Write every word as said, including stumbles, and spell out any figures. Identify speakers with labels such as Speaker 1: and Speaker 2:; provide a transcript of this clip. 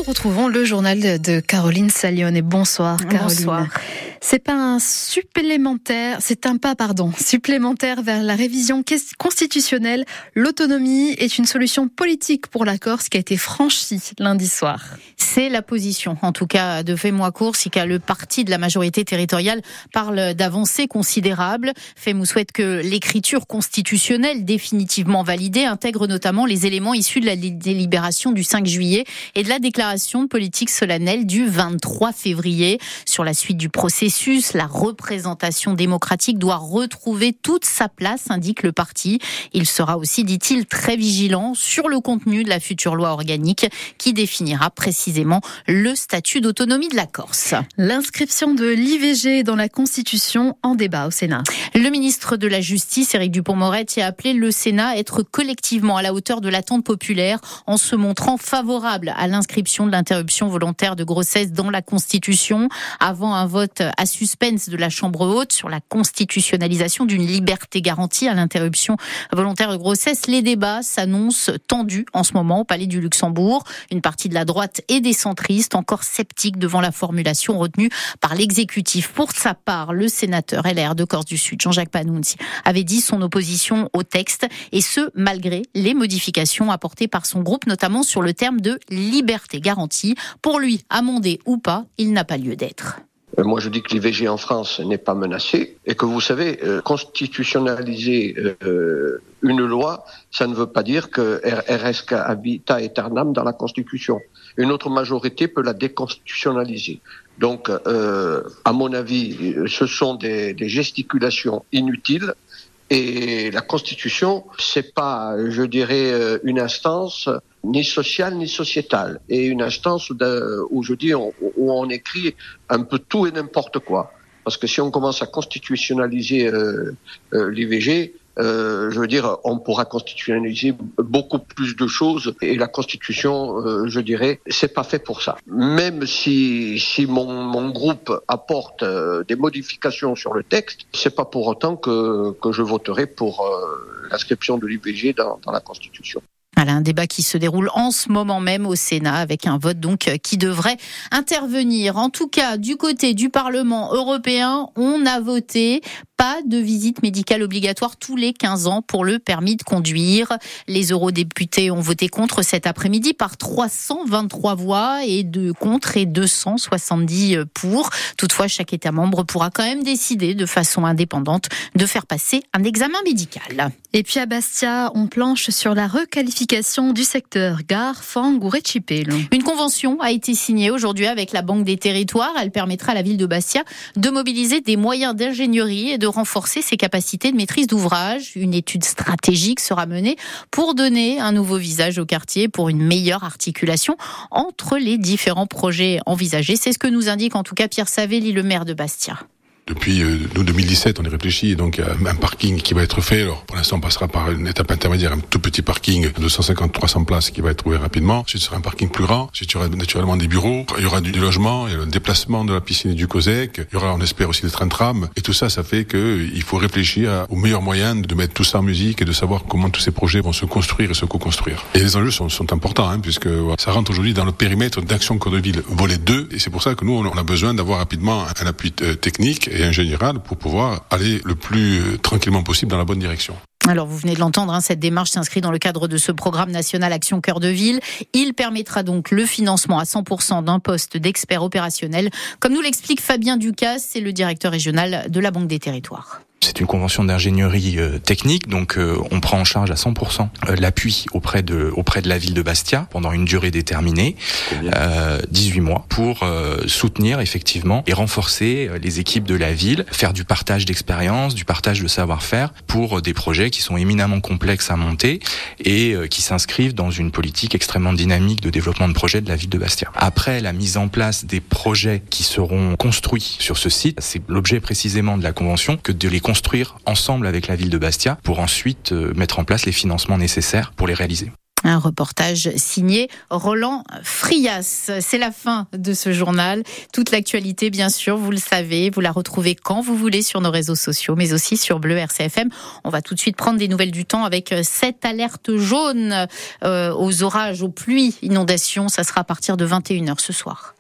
Speaker 1: retrouvons le journal de, de Caroline Salione. Bonsoir Caroline.
Speaker 2: Bonsoir.
Speaker 1: C'est pas un supplémentaire, c'est un pas pardon, supplémentaire vers la révision constitutionnelle. L'autonomie est une solution politique pour la Corse qui a été franchie lundi soir.
Speaker 2: C'est la position, en tout cas, de Fais-moi court, si le parti de la majorité territoriale parle d'avancées considérables. Fais-moi souhaite que l'écriture constitutionnelle définitivement validée intègre notamment les éléments issus de la délibération du cinq juillet et de la déclaration de politique solennelle du vingt-trois février. Sur la suite du processus, la représentation démocratique doit retrouver toute sa place, indique le parti. Il sera aussi, dit-il, très vigilant sur le contenu de la future loi organique qui définira précisément le statut d'autonomie de la Corse.
Speaker 1: L'inscription de l'I V G dans la Constitution en débat au Sénat.
Speaker 2: Le ministre de la Justice, Éric Dupond-Moretti, a appelé le Sénat à être collectivement à la hauteur de l'attente populaire en se montrant favorable à l'inscription de l'interruption volontaire de grossesse dans la Constitution avant un vote à suspense de la Chambre haute sur la constitutionnalisation d'une liberté garantie à l'interruption volontaire de grossesse. Les débats s'annoncent tendus en ce moment au Palais du Luxembourg. Une partie de la droite et des centristes encore sceptiques devant la formulation retenue par l'exécutif. Pour sa part, le sénateur L R de Corse du Sud, Jean-Jacques Panunzi, avait dit son opposition au texte, et ce, malgré les modifications apportées par son groupe, notamment sur le terme de liberté garantie. Pour lui, amendé ou pas, il n'a pas lieu d'être.
Speaker 3: Moi, je dis que l'I V G en France n'est pas menacée et que vous savez, euh, constitutionnaliser euh, une loi, ça ne veut pas dire qu'elle reste habita aeternam dans la Constitution. Une autre majorité peut la déconstitutionnaliser. Donc, euh, à mon avis, ce sont des, des gesticulations inutiles. Et la Constitution, c'est pas, je dirais, une instance ni sociale ni sociétale, et une instance où, où je dis, on, où on écrit un peu tout et n'importe quoi. Parce que si on commence à constitutionnaliser euh, euh, l'I V G, euh, je veux dire, on pourra constitutionnaliser beaucoup plus de choses, et la Constitution, euh, je dirais, c'est pas fait pour ça. Même si si mon mon groupe apporte euh, des modifications sur le texte, c'est pas pour autant que que je voterai pour euh, l'inscription de l'I V G dans dans la Constitution.
Speaker 2: Voilà, un débat qui se déroule en ce moment même au Sénat avec un vote donc qui devrait intervenir. En tout cas, du côté du Parlement européen, on a voté pas de visite médicale obligatoire tous les quinze ans pour le permis de conduire. Les eurodéputés ont voté contre cet après-midi par trois cent vingt-trois voix et de contre et deux cent soixante-dix pour. Toutefois, chaque État membre pourra quand même décider de façon indépendante de faire passer un examen médical.
Speaker 1: Et puis à Bastia, on planche sur la requalification du secteur gare, Fang ou Recipello.
Speaker 2: Une convention a été signée aujourd'hui avec la Banque des Territoires. Elle permettra à la ville de Bastia de mobiliser des moyens d'ingénierie et de renforcer ses capacités de maîtrise d'ouvrage. Une étude stratégique sera menée pour donner un nouveau visage au quartier, pour une meilleure articulation entre les différents projets envisagés. C'est ce que nous indique en tout cas Pierre Savelli, le maire de Bastia.
Speaker 4: Depuis euh, nous, deux mille dix-sept, on est réfléchi donc à un parking qui va être fait. Alors pour l'instant, on passera par une étape intermédiaire, un tout petit parking de cent cinquante à trois cents places qui va être ouvert rapidement. Ensuite, ce sera un parking plus grand. Ensuite, il y aura naturellement des bureaux. Il y aura du logement, il y aura le déplacement de la piscine et du COSEC. Il y aura, on espère, aussi des trains-trams. Et tout ça, ça fait que il faut réfléchir aux meilleurs moyens de mettre tout ça en musique et de savoir comment tous ces projets vont se construire et se co-construire. Et les enjeux sont, sont importants, hein, puisque ça rentre aujourd'hui dans le périmètre d'Action Cœur de Ville volet deux. Et c'est pour ça que nous, on a besoin d'avoir rapidement un appui technique et ingénieral pour pouvoir aller le plus tranquillement possible dans la bonne direction.
Speaker 2: Alors vous venez de l'entendre, hein, cette démarche s'inscrit dans le cadre de ce programme national Action Cœur de Ville. Il permettra donc le financement à cent pour cent d'un poste d'expert opérationnel. Comme nous l'explique Fabien Ducasse, c'est le directeur régional de la Banque des Territoires.
Speaker 5: C'est une convention d'ingénierie euh, technique, donc euh, on prend en charge à cent pour cent euh, l'appui auprès de auprès de la ville de Bastia pendant une durée déterminée, euh, dix-huit mois, pour euh, soutenir effectivement et renforcer euh, les équipes de la ville, faire du partage d'expérience, du partage de savoir-faire pour euh, des projets qui sont éminemment complexes à monter et euh, qui s'inscrivent dans une politique extrêmement dynamique de développement de projets de la ville de Bastia. Après la mise en place des projets qui seront construits sur ce site, c'est l'objet précisément de la convention que de les construire ensemble avec la ville de Bastia pour ensuite euh, mettre en place les financements nécessaires pour les réaliser.
Speaker 2: Un reportage signé Roland Frias. C'est la fin de ce journal. Toute l'actualité, bien sûr, vous le savez, vous la retrouvez quand vous voulez sur nos réseaux sociaux, mais aussi sur Bleu R C F M. On va tout de suite prendre des nouvelles du temps avec cette alerte jaune euh, aux orages, aux pluies, inondations. Ça sera à partir de vingt et une heures ce soir.